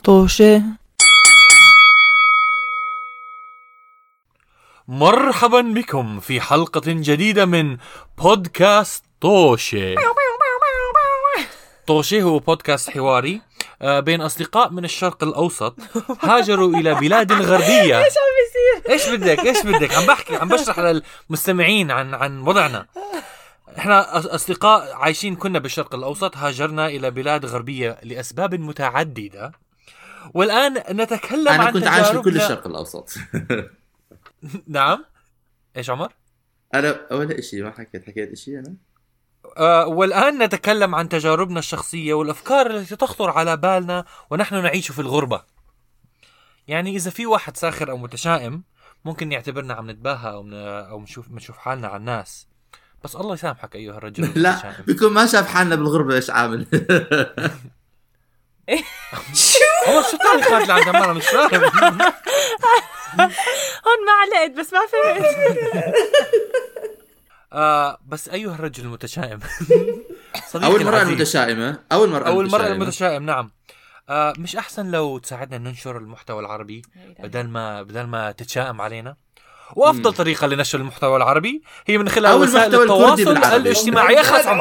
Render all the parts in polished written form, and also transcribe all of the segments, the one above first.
طوشة. مرحبا بكم في حلقة جديدة من بودكاست طوشة. طوشة هو بودكاست حواري بين أصدقاء من الشرق الأوسط هاجروا إلى بلاد غربية. ايش عم بيصير؟ إيش بدك عم بشرح للمستمعين عن وضعنا. إحنا أصدقاء عايشين كنا بالشرق الأوسط، هاجرنا إلى بلاد غربية لأسباب متعددة، والآن نتكلم عن أنا كنت عايش في كل الشرق الأوسط. نعم. إيش عمر؟ أنا ولا إشي ما حكيت إشي أنا. والآن نتكلم عن تجاربنا الشخصية والأفكار التي تخطر على بالنا ونحن نعيش في الغربة. يعني إذا في واحد ساخر أو متشائم ممكن يعتبرنا عم نتباهى أو نشوف حالنا على الناس، بس الله يسامحك أيها الرجل لا المتشائم. بيكون ما شاف حالنا بالغربة إيش عامل. شو التعليقات اللي عم مش فاهم. هون ما علقت بس ما فهمت. بس أيها الرجل المتشائم. أول مرة المتشائمة. أول مرة المتشائم. نعم. مش أحسن لو تساعدنا ننشر المحتوى العربي بدل ما تتشائم علينا؟ وأفضل طريقة لنشر المحتوى العربي هي من خلال وسائل التواصل الاجتماعي. أخلص عمر.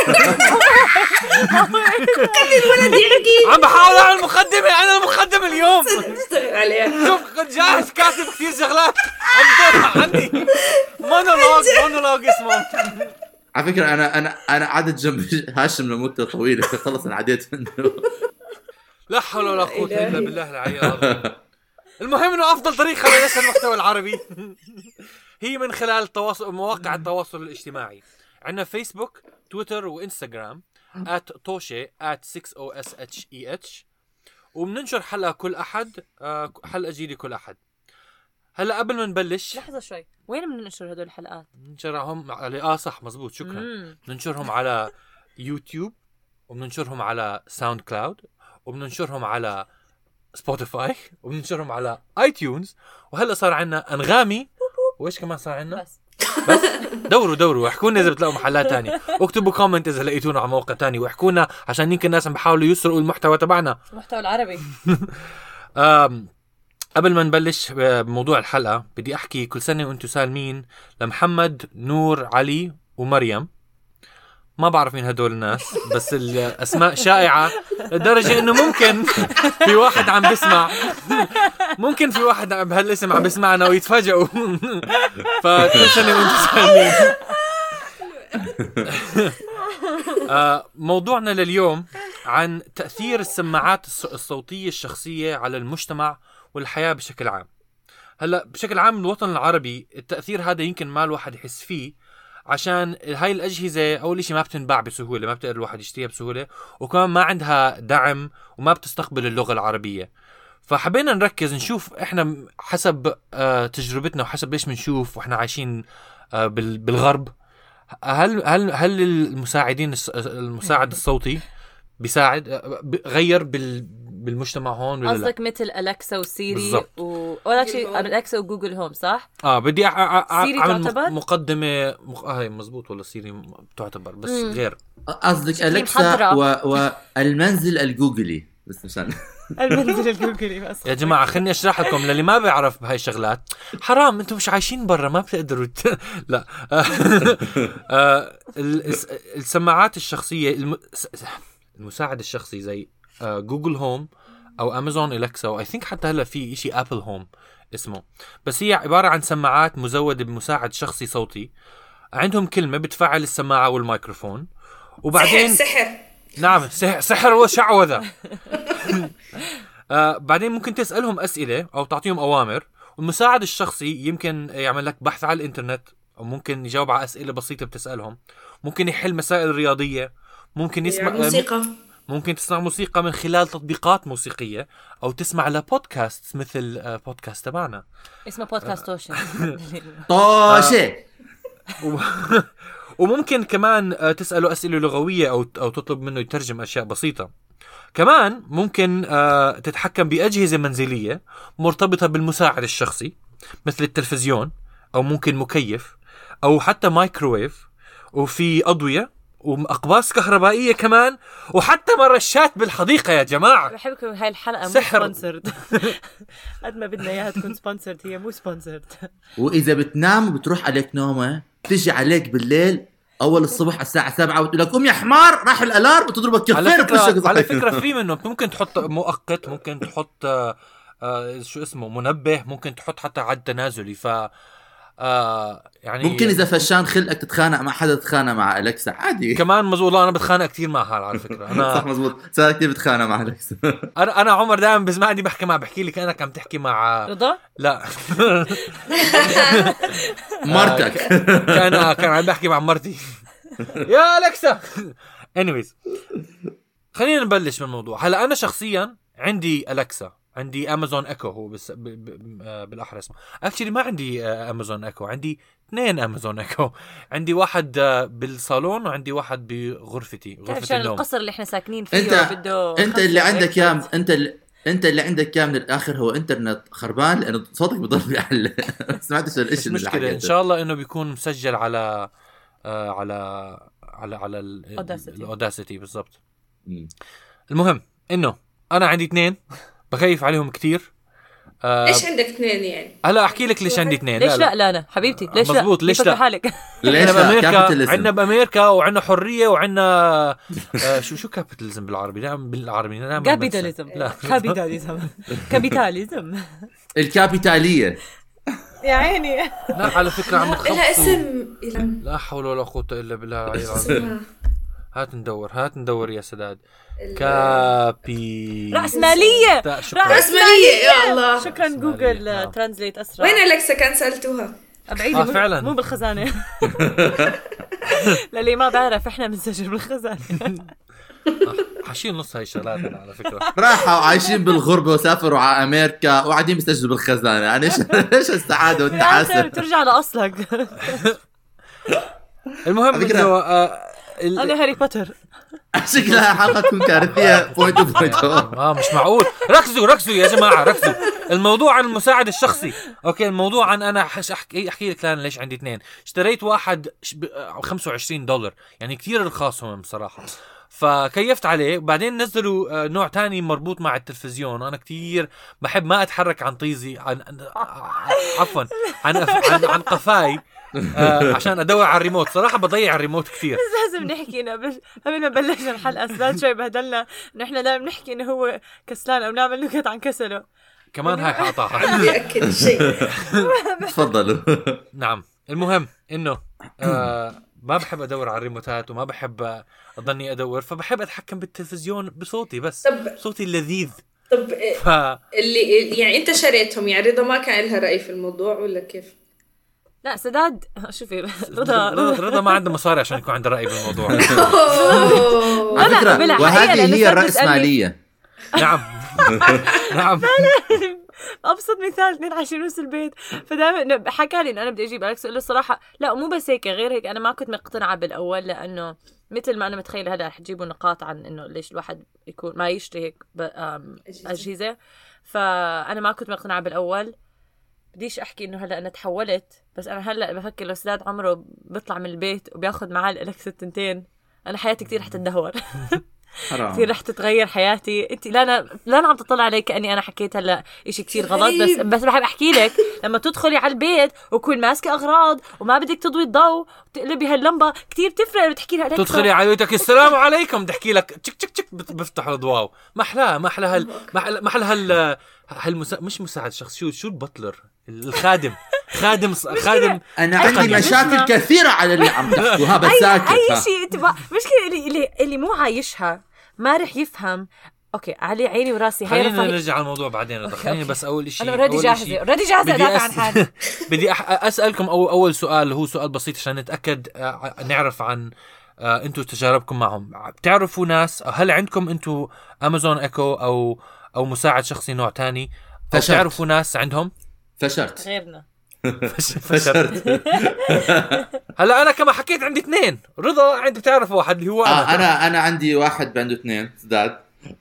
عم بحاول أعمل مقدمة، أنا المقدم اليوم. اشتغل عليها. شوف كنت جاهز كاتب كثير شغلات عندي مونولوج اسمه. على فكرة أنا عدد جنب هاشم لمدة طويلة، خلص أنا عديت منه. لا حول ولا قوة إلا بالله العلي العظيم. المهم إنه أفضل طريقة لنشر المحتوى العربي هي من خلال مواقع التواصل الاجتماعي. عندنا فيسبوك، تويتر وإنستغرام @توشة @6OSHEH، وبننشر حلقة كل أحد، حلقة جديدة كل أحد. هلا قبل ما نبلش لحظة شوي، وين بننشر هدول الحلقات؟ ننشرهم على صح مزبوط شكرا. بننشرهم على يوتيوب، وبننشرهم على ساوند كلاود، وبننشرهم على سبوتيفاي، وبننشرهم على اي تيونز، وهلا صار عندنا انغامي. وايش كمان صار عندنا؟ بس دوروا احكوا لنا اذا بتلاقوا محلات تانية، واكتبوا كومنت اذا لقيتونا على مواقع تانية، واحكوا لنا عشان يمكن الناس عم بيحاولوا يسرقوا المحتوى تبعنا، المحتوى العربي. قبل ما نبلش بموضوع الحلقة بدي احكي كل سنة وانتم سالمين لمحمد، نور، علي ومريم. ما بعرف مين هدول الناس، بس الأسماء شائعة لدرجة إنه ممكن في واحد عم بسمع، ممكن في واحد بهالاسم عم بسمعنا ويتفاجئوا. فكل سنة وانتم سالمين. موضوعنا لليوم عن تأثير السماعات الصوتية الشخصية على المجتمع والحياة بشكل عام. هلأ بشكل عام الوطن العربي التأثير هذا يمكن ما الواحد يحس فيه، عشان هاي الأجهزة أول إشي ما بتنباع بسهولة، ما بتقدر الواحد يشتريها بسهولة، وكمان ما عندها دعم وما بتستقبل اللغة العربية. فحبينا نركز نشوف إحنا حسب تجربتنا وحسب ليش بنشوف وإحنا عايشين بالغرب، هل المساعد الصوتي بيساعد غير بالمجتمع هون ولا لا؟ قصدك مثل أليكسا وسيري ولا شيء، أليكسا وجوجل هوم صح؟ بدي أعمل مقدمة هاي مزبوط ولا سيري تعتبر بس غير. قصدك أليكسا والمنزل الجوجلي بس مشان المنزل الجوجلي بس. يا جماعة خلني أشرح لكم للي ما بيعرف بهاي الشغلات. حرام أنتم مش عايشين برا ما بتقدروا لا. السماعات الشخصية المساعد الشخصي زي جوجل هوم او امازون اليكسا، واي ثينك حتى هلا في شيء ابل هوم اسمه، بس هي عباره عن سماعات مزوده بمساعد شخصي صوتي. عندهم كلمه بتفعل السماعه والميكروفون، وبعدين سحر. نعم سحر وشعوذه. بعدين ممكن تسالهم اسئله او تعطيهم اوامر، والمساعد الشخصي يمكن يعمل لك بحث على الانترنت، او ممكن يجاوب على اسئله بسيطه بتسالهم، ممكن يحل مسائل رياضيه، ممكن يسمع موسيقى، ممكن تسمع موسيقى من خلال تطبيقات موسيقية، أو تسمع لبودكاست مثل بودكاست تبعنا اسمه بودكاست توشة. وممكن كمان تسأله أسئلة لغوية أو تطلب منه يترجم أشياء بسيطة. كمان ممكن تتحكم بأجهزة منزلية مرتبطة بالمساعد الشخصي مثل التلفزيون، أو ممكن مكيف، أو حتى مايكروويف، وفي أضوية، وأقباس كهربائية كمان، وحتى مرشات بالحديقة يا جماعة. بحبكم هاي الحلقة مو سحر. سبونسرد. قد ما بدنا اياها تكون سبونسرد هي مو سبونسرد. واذا بتنام وبتروح عليك نومه بتجي عليك بالليل اول الصبح على الساعه 7 وتقول لك قوم يا حمار، راح الالارم وتضربك كفين بوشك. على فكرة في منه ممكن تحط مؤقت، ممكن تحط شو اسمه منبه، ممكن تحط حتى عد تنازلي. ف يعني ممكن اذا فشان خلقك تتخانق مع حدا تتخانق مع أليكسا عادي. كمان مزبوط. انا بتخانق كتير معها على فكرة. انا صح مزبوط، صار كتير بتخانق مع أليكسا. انا عمر دائما بسمعني بحكي لي كأنك عم تحكي مع رضا. لا مرتك. كان عم بحكي مع مرتي. يا أليكسا. anyways خلينا نبلش بالموضوع. هلا انا شخصيا عندي أليكسا، عندي امازون ايكو، هو بس بالاحرى اسمه اكشلي ما عندي امازون ايكو، عندي 2 امازون ايكو. عندي واحد بالصالون وعندي واحد بغرفتي، غرفة النوم. القصر اللي احنا ساكنين فيه انت اللي عندك يا انت اللي عندك يا من الاخر هو انترنت خربان، لانه صوتك بضل بيعلق. سمعتش الاشي مش مشكلة، ان شاء الله انه بيكون مسجل على الاوداسيتي بالضبط. المهم انه انا عندي 2 بخيف عليهم كتير. ليش عندك 2 يعني؟ هلا احكي لك ليش عندي 2. ليش لا انا حبيبتي ليش لا مزبوط. ليش لا حالك؟ ليش عندنا بامريكا وعندنا حريه وعندنا شو كابيتاليزم بالعربي؟ نعم بالعربي نعم كابيتاليزم. لا كابيتاليزم الكابيتاليه يا عيني. لا على فكره عم تخبطوا. لها اسم. لا حول ولا قوه الا بالله العلي العظيم. هات ندور يا سداد. كابي رأسمالية. رأسمالية يا الله. شكرا جوجل ترانزليت أسرع. وين أليكسا كان سألتوها؟ أبعيدي فعلا مو بالخزانة. للي ما بعرف إحنا بنسجل بالخزانة. حاشين نص هاي الشغلات أنا على فكرة. راحوا عايشين بالغربة وسافروا على أمريكا وقاعدين بيسجلوا بالخزانة. يعني إيش السعادة والتعاسة؟ ترجع لأصلك. المهم إنه أنا هاري بوتر. شكلها حلقة تكون كارثية. مش معقول. ركزوا يا جماعة، ركزوا. الموضوع عن المساعد الشخصي. اوكي، الموضوع عن انا احكي لك الان ليش عندي 2. اشتريت واحد $25، يعني كتير رخاص هم بصراحة. فكيفت عليه، وبعدين نزلوا نوع تاني مربوط مع التلفزيون. انا كتير بحب ما اتحرك عن طيزي عفوا عن قفاي عشان ادور على الريموت. صراحه بضيع الريموت كثير. لازم نحكي قبل ما بلشنا الحلقه سداد شوي بهدلنا انه احنا دائما نحكي انه هو كسلان او نعمل نكت عن كسله. كمان هاي حقطعها. عندي اكد شيء. تفضلوا. نعم، المهم انه ما بحب ادور على الريموتات وما بحب اضلني ادور، فبحب اتحكم بالتلفزيون بصوتي بس. صوتي اللذيذ. طب اللي يعني انت شريتهم، يعني رضا ما كان لها رأي في الموضوع ولا كيف؟ لا سداد شوفي رضا ما عنده مصاري عشان يكون عنده رأي بالموضوع. على فكرة وهذه هي الرأسمالية. نعم. ابسط مثال 2 عايشين نفس البيت. فدائما حكى لي ان انا بدي اجيب أليكس، اقول له الصراحه لا مو بس هيك، غير هيك انا ما كنت مقتنعه بالاول، لانه مثل ما انا متخيله هذا رح تجيبوا نقاط عن انه ليش الواحد يكون ما يشتري هيك اجهزه. فانا ما كنت مقتنعه بالاول. بديش احكي انه هلا انا تحولت، بس انا هلا بفكر لو سداد عمره بيطلع من البيت وبياخذ معاه الأليكس 2 انا حياتي كتير رح تتدهور. كثير رح تتغير حياتي. انت لا انا عم تطلع علي كاني انا حكيت هلا شيء كثير غلط، بس بحب احكي لك لما تدخلي على البيت وكون ماسكه اغراض وما بدك تضوي الضوء وتقلبي هاللمبه، كثير بتفرق لما تحكي لها تدخلي على بيتك السلام عليكم تحكي لك تشك تشك تشك بفتح الضواو. ما احلى مش مساعد شخص، شو البطلر، الخادم. خادم انا عندي مشاكل كثيره على اللي عم تحكوها، بس ساكت. اي شيء انت مشكله اللي مو عايشها ما رح يفهم. اوكي علي عيني وراسي. هاي خلينا نرجع على الموضوع بعدين. خليني بس اول شيء انا اوريدي جاهزه ادافع عن حالي. بدي اسالكم اول سؤال، هو سؤال بسيط عشان نتاكد نعرف عن انتم تجاربكم معهم. بتعرفوا ناس؟ هل عندكم انتم امازون ايكو او مساعد شخصي نوع تاني؟ بتعرفوا ناس عندهم؟ فشرت غيرنا. فشرت. هلا انا كما حكيت عندي 2. رضا عندي بتعرف واحد اللي هو انا عندي واحد عنده 2 سداد.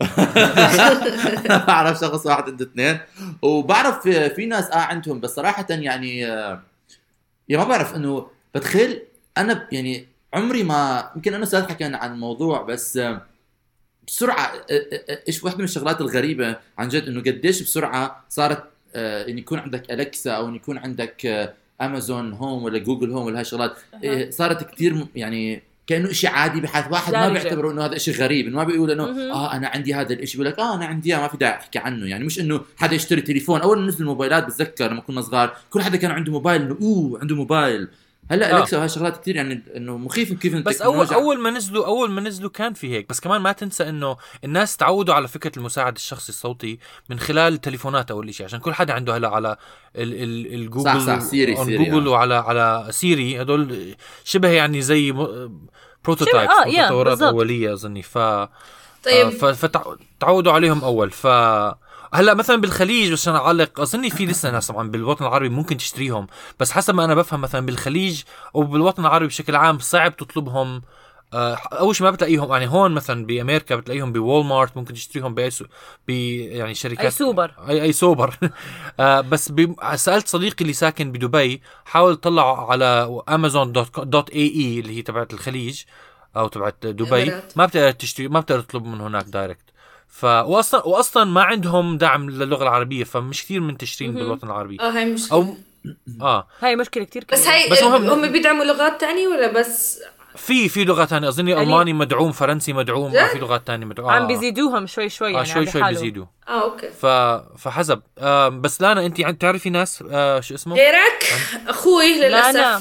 بعرف شخص واحد عنده 2 وبعرف في ناس عندهم، بس صراحة يعني ما بعرف انه بتخيل انا يعني عمري ما يمكن انا استاذ حكينا عن الموضوع بس بسرعه ايش واحده من الشغلات الغريبه عن جد انه قديش بسرعه صارت ان يكون عندك أليكسا او ان يكون عندك امازون هوم ولا جوجل هوم ولا هالشغلات صارت كتير يعني كانه شيء عادي بحيث واحد ما بيعتبره انه هذا شيء غريب، انه ما بيقول انه انا عندي هذا الشيء، بيقول لك انا عندي ما في داعي احكي عنه. يعني مش انه حدا يشتري تليفون. اول ما نزل الموبايلات بتذكر لما كنا صغار كل حدا كان عنده موبايل، انه عنده موبايل. هلا أليكسا وهالشغلات كتير يعني انه مخيف كيف بس اول ما نزلوا كان في هيك. بس كمان ما تنسى انه الناس تعودوا على فكره المساعد الشخصي الصوتي من خلال التليفونات اول شيء، عشان كل حدا عنده هلا على الجوجل صح سيري جوجل وعلى سيري. هدول شبه يعني زي بروتوتايب تطورات اوليه اظني. طيب فتعودوا عليهم اول. هلا مثلا بالخليج بس انا اعلق اظني في لسه ناس طبعا بالوطن العربي ممكن تشتريهم، بس حسب ما انا بفهم مثلا بالخليج او بالوطن العربي بشكل عام صعب تطلبهم. اول شيء ما بتلاقيهم يعني هون مثلا بامريكا بتلاقيهم بوول مارت، ممكن تشتريهم يعني شركات اي سوبر اي سوبر بس سالت صديقي اللي ساكن بدبي حاول طلع على amazon.ae اللي هي تبعت الخليج او تبعت دبي، ما بتقدر تشتري، ما بتقدر تطلب من هناك دايركت. واصلا ما عندهم دعم للغه العربيه، فمش كثير منتشرين بالوطن العربي. هاي مشكله هاي مشكله كثير كبيره. بس هاي هم بيدعموا لغات تانية ولا بس في لغات ثانيه اظني الماني مدعوم، فرنسي مدعوم، في لغات ثانيه مدعوم. عم بيزيدوهم شوي يعني شوي بيزيدوا. اوكي. فحسب بس لانا انت تعرفي ناس شو اسمه غيرك؟ اخوي للاسف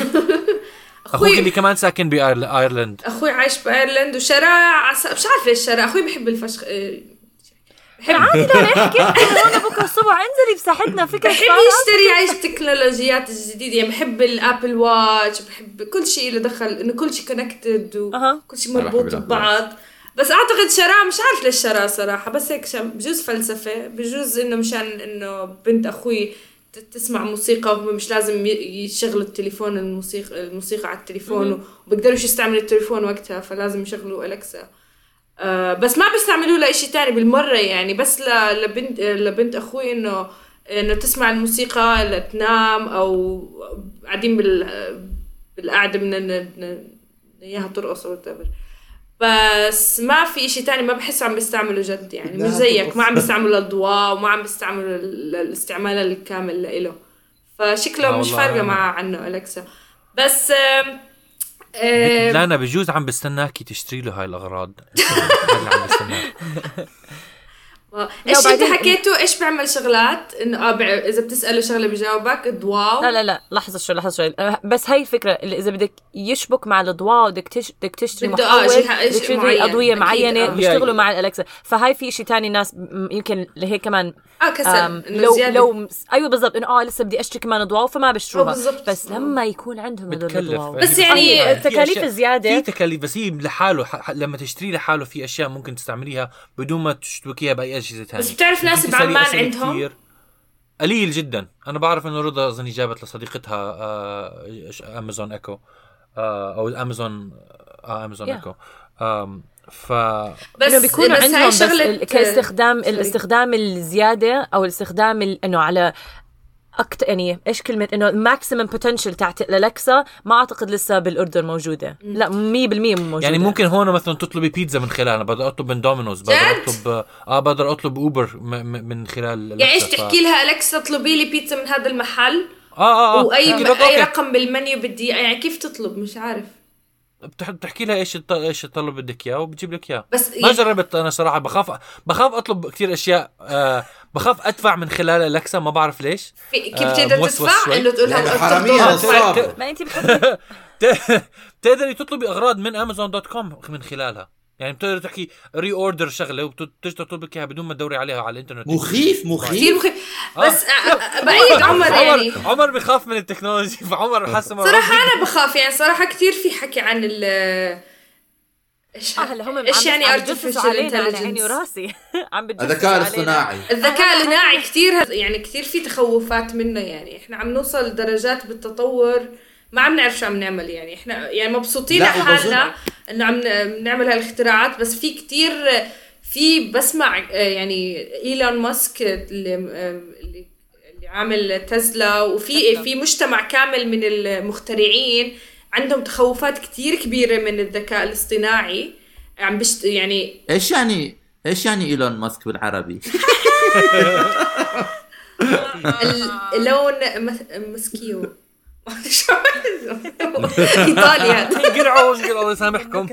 اخوي اللي كمان ساكن بايرلند. اخوي عايش بايرلند وشرا مش عارف ليش شرا. اخوي بحب الفشخ بحب عادي لا يحكي انا بكره الصبح انزلي بساحتنا فكره بحب يشتري هاي التكنولوجيات الجديده. يعني بحب الابل واتش، بحب كل شيء له دخل انه كل شيء كونكتد وكل شيء مربوط ببعض. بس اعتقد شراء مش عارف ليش شراء صراحه، بس هيك بجوز فلسفه، بجوز انه مشان انه بنت اخوي تسمع موسيقى وهم مش لازم يشغلوا التليفون الموسيقى على التليفون وبقدروش يستعملوا التليفون وقتها، فلازم يشغلوا أليكسا. بس ما بيستعملوا له شيء تاني بالمرة يعني، بس لبنت أخوي إنه تسمع الموسيقى لتنام أو قاعدين بالقعدة من إياها ترقص أو whatever. بس ما في شيء تاني، ما بحس عم بيستعملوا جد يعني، مش زيك ما عم بيستعملوا الضوء وما عم بيستعملوا الاستعمال الكامل له. فشكله مش فارقة عنه أليكسا. بس لا أنا بجوز عم بستناكي تشتري له هاي الأغراض. عم بستناك. ايش انت حكيته؟ ايش بيعمل شغلات انه اذا بتساله شغله بيجاوبك الضواء؟ لا لحظه شوي بس هاي الفكره اللي اذا بدك يشبك مع الضواء بدك تشتري محول تشتري اضويه معينه بيشتغلوا مع الالكسا. فهاي في شيء تاني ناس يمكن لهيك كمان كسل لو ايوه بالضبط انه لسه بدي اشتري كمان ضواء فما بشتروها. بس لما يكون عندهم هذول الضواء بس يعني التكاليف الزياده في تكاليف، بس هي لحاله لما تشتري لحاله في اشياء ممكن تستعمليها بدون ما تشتبكيها باي أجهزة تانية. بس بتعرف ناس بعمان عندهم قليل جدا. أنا بعرف إنه رضا أظني جابت لصديقتها أمازون إيكو أو أمازون إيكو بس بيكون عندهم بس كاستخدام الاستخدام الزيادة أو الاستخدام إنه على أكتر يعني إيش كلمة إنه maximum potential تاعت الألكسا ما أعتقد لسه بالأردن موجودة. لا 100% موجودة. يعني ممكن هون مثلا تطلبي بيتزا من خلالها، بقدر أطلب من دومينوز، بقدر أطلب أوبر من خلال الألكسا. يعني إيش تحكي لها ألكسا اطلبي لي بيتزا من هذا المحل أي رقم بالمنيو بدي يعني كيف تطلب مش عارف. بتحكي لها ايش الطلب بدك اياه وبتجيب لك اياه. بس ما جربت انا صراحه، بخاف اطلب كثير اشياء، بخاف ادفع من خلال الألكسا، ما بعرف ليش. كيف تقدر تدفع؟ انه تقول لها حراميه ما انت بتقدري تطلبي اغراض من amazon.com من خلالها. يعني بتقدر تحكي ري اوردر شغله وبتجي تطلب لك اياها بدون ما تدوري عليها على الانترنت. مخيف كثير مخيف. بس بعيد عمر بخاف من التكنولوجيا، فعمر حاسه صراحه انا بخاف يعني صراحه كثير في حكي عن ايش يعني artificial intelligence عيني وراسي عم الذكاء الاصطناعي. الذكاء الاصطناعي كثير يعني كثير في تخوفات منه. يعني احنا عم نوصل لدرجات بالتطور ما عم نعرف شو عم نعمل. يعني احنا يعني مبسوطين لحالنا انه عم نعمل هالاختراعات، بس في كتير في بسمع يعني إيلون ماسك اللي عامل تسلا، وفي مجتمع كامل من المخترعين عندهم تخوفات كتير كبيرة من الذكاء الاصطناعي عم يعني ايش يعني ايلون ماسك بالعربي؟ اللون مسكيو ايطاليا انقرعوا الله يسامحكم.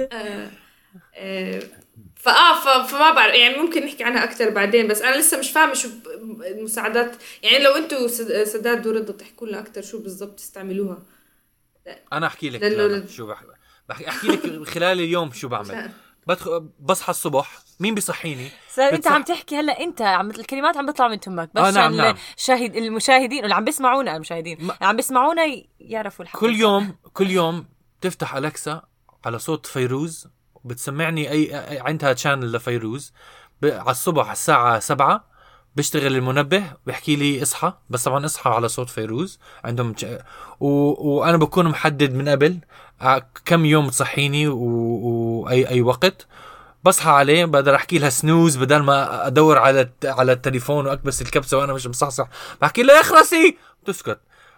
فما بعرف يعني ممكن نحكي عنها اكثر بعدين، بس انا لسه مش فاهمه شو المساعدات يعني. لو انتم سداد ورضا تحكوا لنا اكثر شو بالضبط تستعملوها. انا احكي لك شو احكي لك خلال اليوم شو بعمل. بصحى الصبح مين بيصحيني؟ انت عم تحكي هلا، انت الكلمات عم بيطلع من تمك بس نعم. المشاهدين اللي عم بيسمعونا، المشاهدين عم بيسمعونا يعرفوا الحق. كل يوم تفتح أليكسا على صوت فيروز بتسمعني اي عندها تشانل لفيروز على الصبح على الساعة 7 بيشتغل المنبه بيحكي لي اصحى، بس طبعا اصحى على صوت فيروز عندهم وانا بكون محدد من قبل كم يوم تصحيني واي وقت بصحى عليه. بقدر احكي لها سنوز بدل ما ادور على التليفون واكبس الكبسه وانا مش مصحصح، بحكي لها اخرسي تسكت.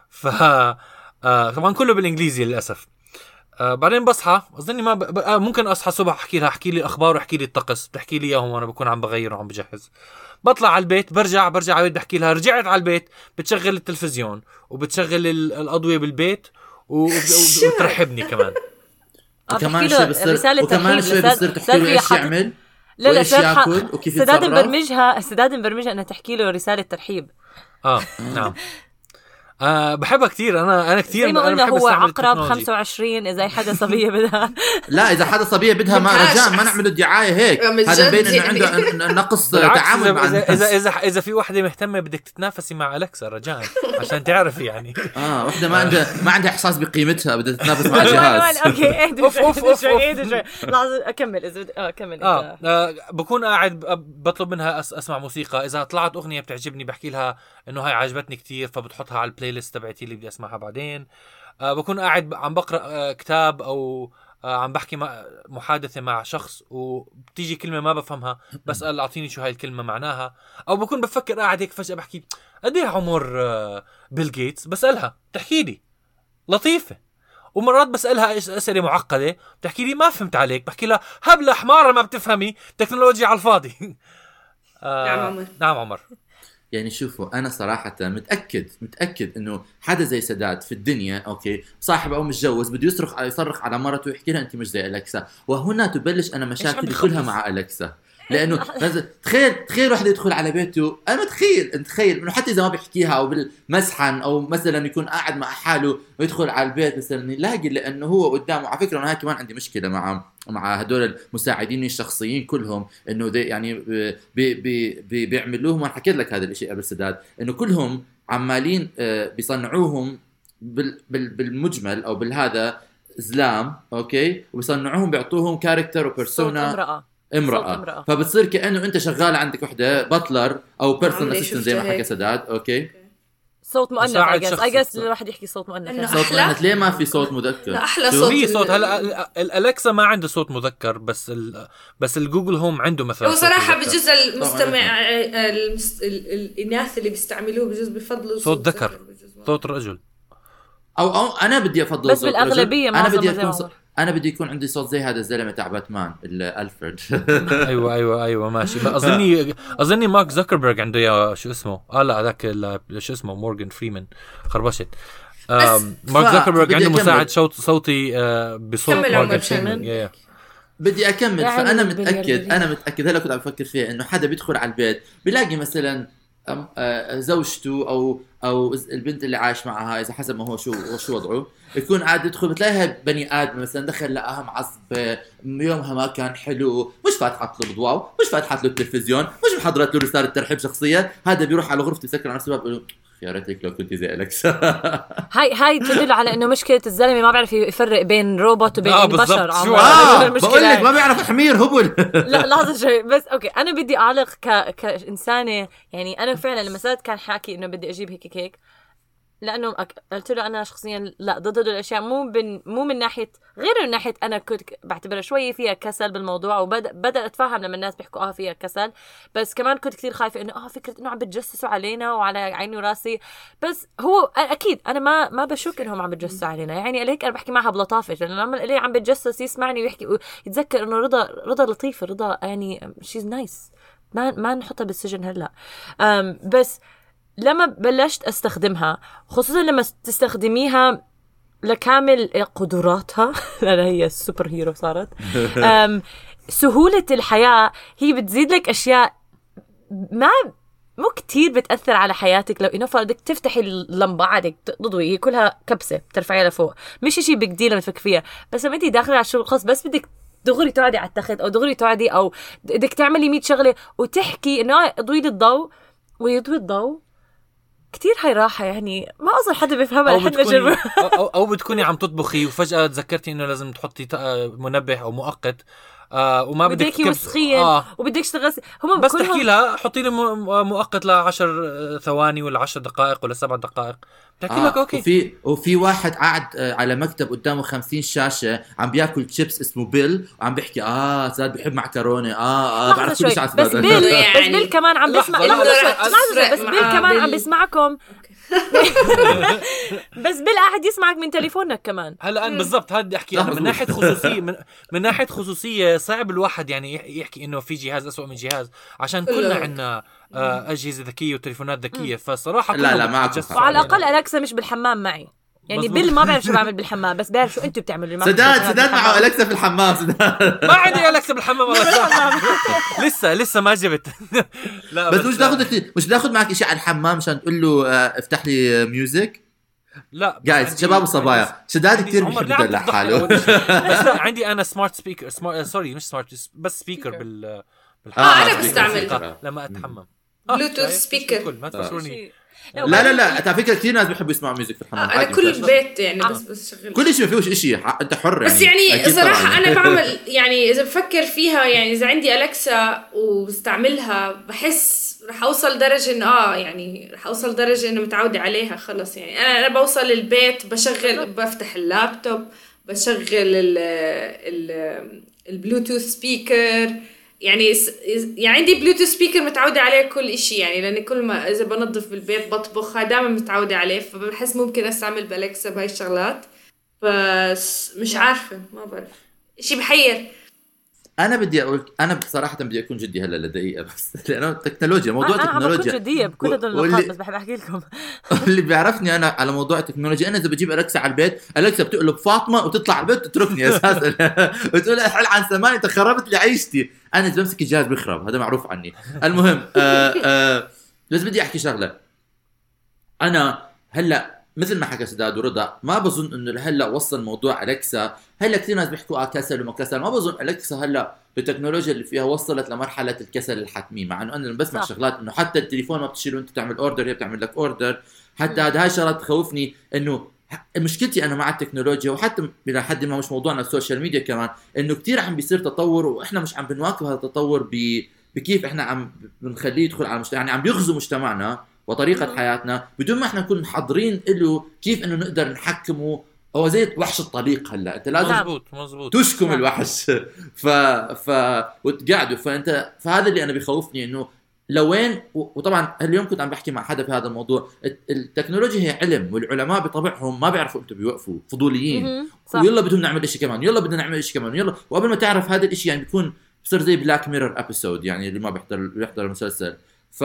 طبعا كله بالانجليزي للاسف. بعدين بصحى اظني ما ممكن اصحى الصبح احكي لي اخبار واحكي لي الطقس، بتحكي لي اياهم وانا بكون عم بغير وعم بجهز. بطلع على البيت برجع على البيت بحكي لها رجعت على البيت، بتشغل التلفزيون وبتشغل الاضويه بالبيت وترحبني كمان. وكمان شوي بصير تحكي له ايش يعمل لا ياكل وكيف يتصرف. سداد مبرمجها انها تحكي له رساله ترحيب. نعم. بحبها كثير. انا كثير زي ما قلنا هو عقرب 25 اذا حدا صبيه بدها لا اذا حدا صبيه بدها ما رجاء ما نعمله دعايه هيك، هذا بين انه عنده نقص تعامل مع اذا في وحده مهتمه بدك تتنافسي مع أليكسا رجاء عشان تعرفي يعني وحده ما عندها احساس بقيمتها بدها تتنافس مع الجهاز. اوكي اهدوا لحظه اكمل كمل. بكون قاعد بطلب منها اسمع موسيقى، اذا طلعت اغنيه بتعجبني بحكي لها انه هاي عجبتني كثير فبتحطها على البلاي ليست تبعتي اللي بدي اسمعها بعدين. بكون قاعد عم بقرا كتاب او عم بحكي محادثه مع شخص وبتيجي كلمه ما بفهمها بسال اعطيني شو هاي الكلمه معناها، او بكون بفكر قاعد هيك فجاه بحكي قد ايه عمر بيل جيتس، بسالها بتحكي لي لطيفه. ومرات بسالها اسئله معقده بتحكي لي ما فهمت عليك، بحكي لها هبله حماره ما بتفهمي تكنولوجيا على الفاضي. نعم عمر. يعني شوفوا أنا صراحة متأكد إنه حدا زي سداد في الدنيا أوكي صاحب أو متجوز بده يصرخ على مرته ويحكي لها أنت مش زي أليكسا، وهنا تبلش أنا مشاكل كلها مع أليكسا. لأنه تخيل واحد يدخل على بيته، أنا تخيل إنه حتى إذا ما بيحكيها أو بالمسحن أو مثلا يكون قاعد مع حاله ويدخل على البيت مثلا يلاقي لأنه هو قدامه. على فكرة أنا هاي كمان عندي مشكلة مع هدول المساعدين الشخصيين كلهم، إنه يعني بيعملوهم. وأنا حكيت لك هذا الشيء قبل سداد، إنه كلهم عمالين بيصنعوهم بالمجمل أو بالهذا زلام أوكي، وبيصنعوهم بيعطوهم كاركتر وبرسونا امرأة. فبتصير كأنه أنت شغال عندك وحدة باتلر أو بيرسونال اسيستنت زي ما حكى سداد أوكي. صوت مؤنث I guess الواحد يحكي صوت مؤنث. صوت مؤنث ليه ما في صوت مذكر؟ أحلى صوت هلا الأليكسا ما عنده صوت مذكر بس الجوجل هوم عنده مثلا. وصراحة بجوز المستمع الإناث اللي بيستعملوه بجوز بفضلوا صوت ذكر صوت رجل أو أنا بدي أفضل بس بالأغلبية أنا بدي يكون عندي صوت زي هذا الزلمة تاع باتمان ألفريد. أيوة ماشي. أظني مارك زوكربيرج عنده يا شو اسمه لا ذاك شو اسمه مورغان فريمان خربشت. مارك زوكربيرج عنده مساعد صوتي بصوت مورغان فريمان. بدي أكمل. فأنا متأكد هلا كنت عم بفكر فيها إنه حدا بيدخل على البيت بيلاقي مثلا زوجته او البنت اللي عايش معها اذا حسب ما هو شو وضعه، يكون قاعد يدخل بتلاقيها بني ادم مثلا دخل لقاها معصبه يومها ما كان حلو، مش فاتحه له الضوء، مش فاتحه له التلفزيون، مش محضرت له رساله ترحيب شخصيه. هذا بيروح على غرفته يسكر على نفسه بيقول يا ريتك لو كنت زي أليكسا. هاي تدل على انه مشكله الزلمه ما بيعرف يفرق بين روبوت وبين بشر. بقول لك ما بيعرف حمير هبل. لا لحظه شوي بس اوكي. انا بدي اعلق كانسانه يعني. انا فعلا لما سداد كان حاكي انه بدي اجيب هيك لانه قلت له انا شخصيا لا ضد هدول الاشياء، مو من ناحيه، غير من ناحيه انا كنت بعتبرها شويه فيها كسل بالموضوع، وبدا اتفهم لما الناس بيحكوا فيها كسل، بس كمان كنت كثير خايفه انه فكره انه عم بتجسسوا علينا وعلى عيني وراسي. بس هو اكيد انا ما بشك انهم عم بتجسسوا علينا، يعني لهيك انا بحكي معها بلطافه، لانه لما اللي عم بتجسس يسمعني ويحكي ويتذكر انه رضا لطيفه، رضا يعني شيز نايس، ما نحطها بالسجن هلا. بس لما بلشت استخدمها، خصوصا لما تستخدميها لكامل قدراتها لأن هي السوبر هيرو صارت، سهولة الحياة هي بتزيد لك أشياء مو كتير بتأثر على حياتك. لو إنه بدك تفتحي اللمبة عادك تضوي، هي كلها كبسة بترفعيها لفوق، مش إشي بيج ديل لما تفك فيها. بس لما أنتي داخلة على الشغل خاص، بس بدك دغري تقعدي على التخت أو دغري تقعدي أو بدك تعملي 100 شغلة وتحكي إنه اضوي لي الضوء ويضوي الضوء، كتير هاي راحة. يعني ما أظن حدا بيفهمها لحد ما جرب. أو بتكوني عم تطبخي وفجأة تذكرتي إنه لازم تحطي منبه أو مؤقت، وما بدك وسخين وبدك تغسل، هم بس تحكي لها حطي لي مؤقت ل10 ثواني ولا 10 دقائق ولا 7 دقائق، بتحكي لك اوكي. وفي واحد قاعد على مكتب قدامه 50 شاشة عم بياكل شيبس اسمه بيل وعم بيحكي زاد بيحب معكرونة بعرف كل شيء. بس بيل كمان عم بيسمع، بس بيل كمان عم بيسمعكم. بس بيل قاعد يسمعك من تليفونك كمان. هلا انا بالضبط هاد بدي احكي من ناحيه خصوصيه، من ناحيه خصوصيه صعب الواحد يعني يحكي انه في جهاز أسوأ من جهاز، عشان كلنا عندنا اجهزه ذكيه وتليفونات ذكيه. فصراحه لا معكم، وعلى الاقل أليكسا مش بالحمام معي، يعني بيل ما بعرف شو بعمل بالحمام، بس بعرف شو انتم بتعملوا. سداد معه أليكسا في الحمام. سداد ما عندي أليكسا بالحمام والله. لسه ما جبت. لا بس مش تاخذ معك شيء على الحمام عشان تقول له افتح لي ميوزك. لا جايز شباب وصبايا، سداد كتير بيحب يدلع حاله. بس عندي انا سمارت سبيكر، سوري مش سمارت، بس سبيكر انا بستعمل لما اتحمم بلوتوث سبيكر. ما تفسروني. لا على فكره كثير ناس بيحبوا يسمعوا ميوزك في الحمام. انا كل البيت يعني بس شغل كل شيء ما فيهوش شيء، انت حر يعني. بس يعني صراحه انا بعمل يعني اذا بفكر فيها، يعني اذا عندي أليكسا وبستعملها بحس رح اوصل درجه انه يعني رح اوصل درجه انه متعوده عليها خلص. يعني انا بوصل البيت بشغل، بفتح اللابتوب بشغل البلوتوث سبيكر، يعني عندي بلوتوث سبيكر متعودة عليه كل إشي، يعني لأن كل ما إذا بنظف بالبيت بطبخ دائما متعودة عليه، فبحس ممكن أستعمل بأليكسا بهاي الشغلات. بس مش عارفة، ما بعرف، إشي بحير. أنا بدي أقول، أنا بصراحة بدي أكون جدي هلا لدقيقة بس، لأنه التكنولوجيا، موضوع التكنولوجيا أنا بكون جدية بكل هدول النقاط، بس بحب أحكي لكم. اللي بيعرفني أنا على موضوع التكنولوجيا، أنا إذا بجيب أليكسا على البيت، أليكسا بتقلب فاطمة وتطلع على البيت تتركني أساسا. بتقول أحل عن سماء، أنت خربت لي عيشتي. أنا إذا بمسك الجهاز بخرب، هذا معروف عني. المهم بس بدي أحكي شغلة. أنا هلا مثل ما حكى سداد ورضا، ما بظن انه هلا وصل موضوع أليكسا. هلا كثير ناس بيحكوا كسل وما كسل، ما بظن أليكسا هلا بالتكنولوجيا اللي فيها وصلت لمرحله الكسل الحتمي، مع انه انا لما بسمع شغلات انه حتى التليفون ما بتشيله انت تعمل اوردر، هي بتعمل لك اوردر. حتى هاي الشغلات تخوفني، انه مشكلتي انا مع التكنولوجيا، وحتى الى حد ما مش موضوعنا السوشيال ميديا كمان، انه كثير عم بيصير تطور واحنا مش عم بنواكب هذا التطور بكيف احنا عم بنخليه يدخل على المجتمع. يعني عم بيغزو مجتمعنا وطريقة حياتنا بدون ما احنا نكون محضرين له كيف انه نقدر نحكمه. هو زي وحش الطريق، هلا انت لازم مزبوط تشكم الوحش وتقعده. فهذا اللي انا بيخوفني، انه لوين. وطبعا اليوم كنت عم بحكي مع حدا في هذا الموضوع. التكنولوجيا هي علم، والعلماء بطبعهم ما بيعرفوا امتى بيوقفوا، فضوليين، ويلا بدهم نعمل اشي كمان، يلا بدنا نعمل اشي كمان، يلا. وقبل ما تعرف هذا الاشي يعني بيكون بصير زي بلاك ميرور ابيسود، يعني اللي ما بيحضر المسلسل.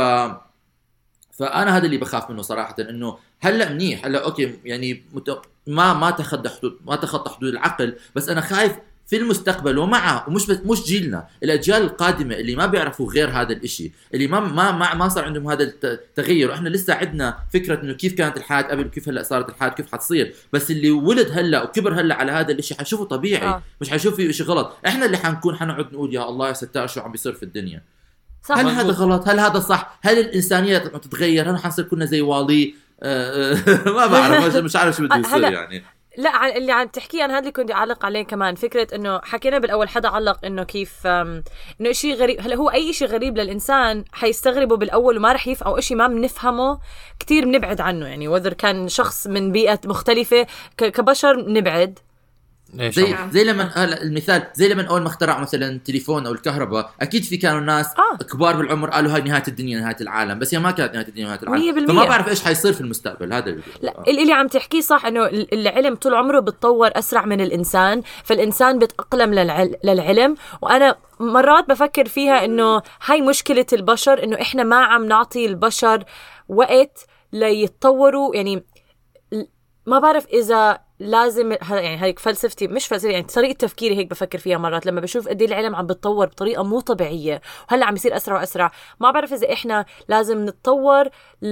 فانا هذا اللي بخاف منه صراحه، انه هلا منيح، هلا اوكي يعني ما تخطى حدود العقل، بس انا خايف في المستقبل ومش جيلنا، الاجيال القادمه اللي ما بيعرفوا غير هذا الاشي، اللي ما صار عندهم هذا التغير. واحنا لسه عندنا فكره انه كيف كانت الحياه قبل وكيف هلا صارت الحياه كيف حتصير. بس اللي ولد هلا وكبر هلا على هذا الاشي حيشوفه طبيعي، مش حيشوف فيه شيء غلط. احنا اللي حنقعد نقول يا الله يا ستار شو عم بيصير في الدنيا. هل هذا غلط؟ هل هذا صح؟ هل الإنسانية تتغير؟ هل حنصير كنا زي والي؟ ما بعرف، مش عارف شو بده يصير يعني. لا اللي عم تحكيه أنا هذا اللي كنت أعلق عليه كمان، فكرة إنه حكينا بالأول حدا علق إنه كيف إنه إشي غريب. هلا هو أي إشي غريب للإنسان حيستغربه بالأول وما رح يفهم، أو إشي ما بنفهمه كتير بنبعد عنه، يعني وإذا كان شخص من بيئة مختلفة كبشر نبعد. زي لما المثال زي لما اول ما اخترعوا مثلا التليفون او الكهرباء، اكيد في كانوا الناس كبار بالعمر قالوا هاي نهايه الدنيا نهايه العالم، بس هي ما كانت نهايه الدنيا نهايه العالم. فما بعرف ايش حيصير في المستقبل. هذا لا اللي عم تحكيه صح، انه العلم طول عمره بتطور اسرع من الانسان، فالانسان بيتاقلم للعلم. وانا مرات بفكر فيها انه هاي مشكله البشر، انه احنا ما عم نعطي البشر وقت ليتطوروا. يعني ما بعرف اذا لازم يعني هيك فلسفتي مش فلسفتي، يعني طريقة تفكيري هيك بفكر فيها مرات لما بشوف قد ايه العلم عم بتطور بطريقة مو طبيعية، وهلا عم يصير أسرع وأسرع. ما بعرف إذا إحنا لازم نتطور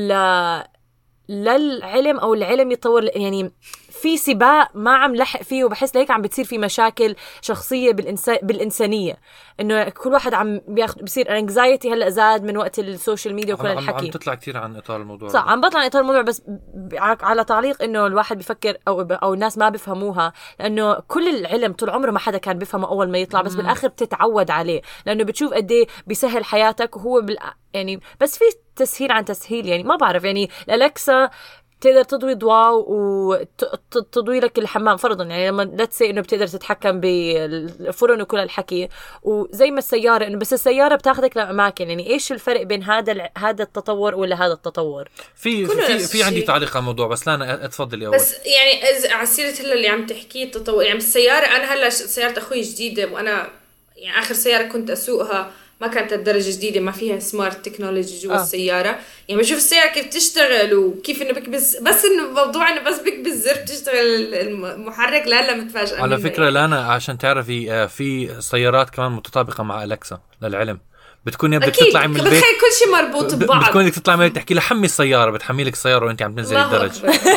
للعلم أو العلم يتطور، يعني في سباق ما عم لحق فيه، وبحس ليك عم بتصير في مشاكل شخصية بالإنسانية، إنه كل واحد عم بيصير anxiety. هلأ زاد من وقت السوشيال ميديا وكل الحكي. عم تطلع كتير عن إطار الموضوع. صح عم بطلع عن إطار الموضوع، بس على تعليق إنه الواحد بيفكر أو الناس ما بيفهموها، لأنه كل العلم طول عمره ما حدا كان بيفهمه أول ما يطلع، بس بالآخر بتتعود عليه، لأنه بتشوف قد إيه بيسهل حياتك. وهو يعني بس في تسهيل عن تسهيل. يعني ما بعرف، يعني الألكسا تقدر تضوي ضوء وتضوي لك الحمام فرضا، يعني لما لا تسي انه بتقدر تتحكم بالفرن وكل الحكي، وزي ما السياره انه بس السياره بتاخذك لاماكن. يعني ايش الفرق بين هذا التطور ولا هذا التطور؟ في عندي تعليق على الموضوع، بس لا انا اتفضلي اول. بس يعني على سيره هلا اللي عم تحكيه التطور، يعني السياره، انا هلا سياره اخوي جديده، وانا يعني اخر سياره كنت اسوقها ما كانت الدرجة جديدة، ما فيها سمارت تكنولوجي جوا السيارة. يعني بشوف السيارة كيف تشتغل وكيف انه بكبس، بس انه موضوع انه بس بكبس زر بتشتغل المحرك. لا متفاجئة على فكرة لانا عشان تعرفي في سيارات كمان متطابقة مع أليكسا للعلم. بتكوني بدك تطلعي من البيت، كل شيء مربوط ببعض. بتكوني بدك تطلعي من البيت تحكي لها حمي السيارة، بتحمي لك السيارة وانت عم تنزلي الدرج.